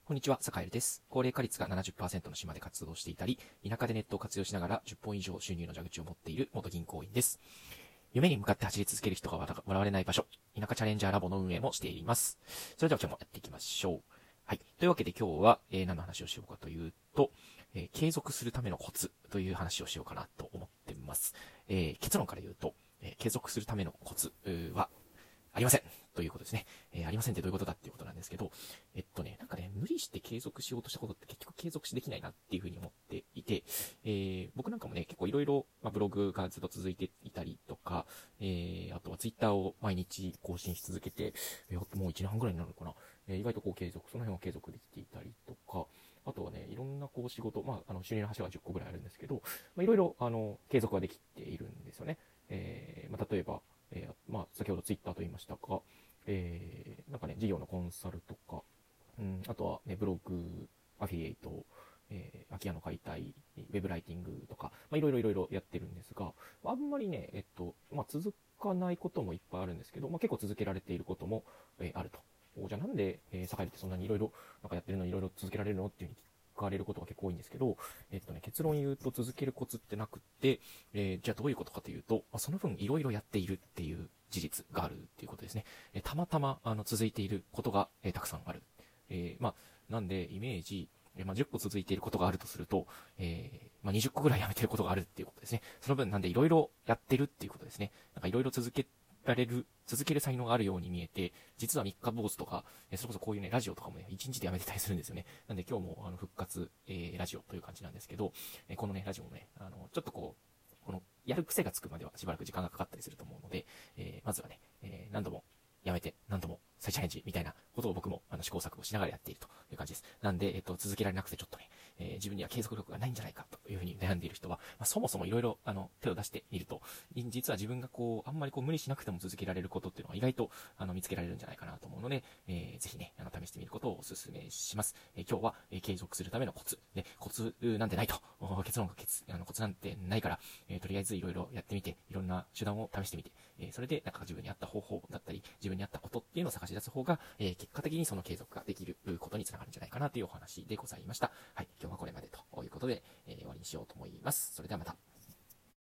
こんにちは、坂井です。高齢化率が 70% の島で活動していたり、田舎でネットを活用しながら10本以上収入の蛇口を持っている元銀行員です。夢に向かって走り続ける人が笑われない場所、田舎チャレンジャーラボの運営もしています。それでは今日もやっていきましょう。はい。というわけで今日は、何の話をしようかというと、継続するためのコツという話をしようかなと思っています。結論から言うと、継続するためのコツはありませんということですね。ありませんってどういうことだっていうことなんですけど、無理して継続しようとしたことって結局継続できないなっていうふうに思っていて、僕なんかもね、結構いろいろ、ブログがずっと続いていたりとか、あとはツイッターを毎日更新し続けて、もう1年半ぐらいになるのかな。意外とその辺は継続できていたりとか、あとはね、いろんな仕事、収入の柱が10個ぐらいあるんですけど、いろいろ、継続はできているんですよね。例えば、先ほどツイッターと言いましたが、事業のコンサルとか、あとはね、ブログ、アフィリエイト、空き家の解体、ウェブライティングとか、いろいろやってるんですが、あんまりね、続かないこともいっぱいあるんですけど、結構続けられていることも、あると。じゃあなんで、坂井ってそんなにいろいろやってるのにいろいろ続けられるのっていうふうに聞かれることが結構多いんですけど、結論言うと続けるコツってなくって、じゃあどういうことかというと、その分いろいろやっているっていう事実があるっていうことですね。たまたま続いていることが、たくさんある。なんでイメージ、10個続いていることがあるとすると、20個ぐらいやめてることがあるっていうことですね。その分なんでいろいろやってるっていうことですね。いろいろ続ける才能があるように見えて、実は三日坊主とか、それこそこういうね、ラジオとかもね、1日でやめてたりするんですよね。なんで今日も復活、ラジオという感じなんですけど、このね、ラジオもね、ちょっとこの、やる癖がつくまではしばらく時間がかかったりすると思うので、まずはね、何度もやめて、何度も再チャレンジみたいなことを僕も試行錯誤しながらやっているという感じです。なんで、続けられなくてちょっとね、自分には継続力がないんじゃないかというふうに悩んでいる人は、そもそもいろいろ手を出してみると、実は自分があんまり無理しなくても続けられることっていうのは意外と見つけられるんじゃないかなと思うので、ぜひね、試してみることをお勧めします。今日は、継続するためのコツ。で、コツなんてないと。結論がコツなんてないから、とりあえずいろいろやってみて、いろんな手段を試してみて、それで自分に合った方法だったり、自分に合ったことっていうのを探し出す方が、結果的にその継続ができることにつながるんじゃないかなというお話でございました。はい、今日はこれまでということで、終わりにしようと思います。それではまた。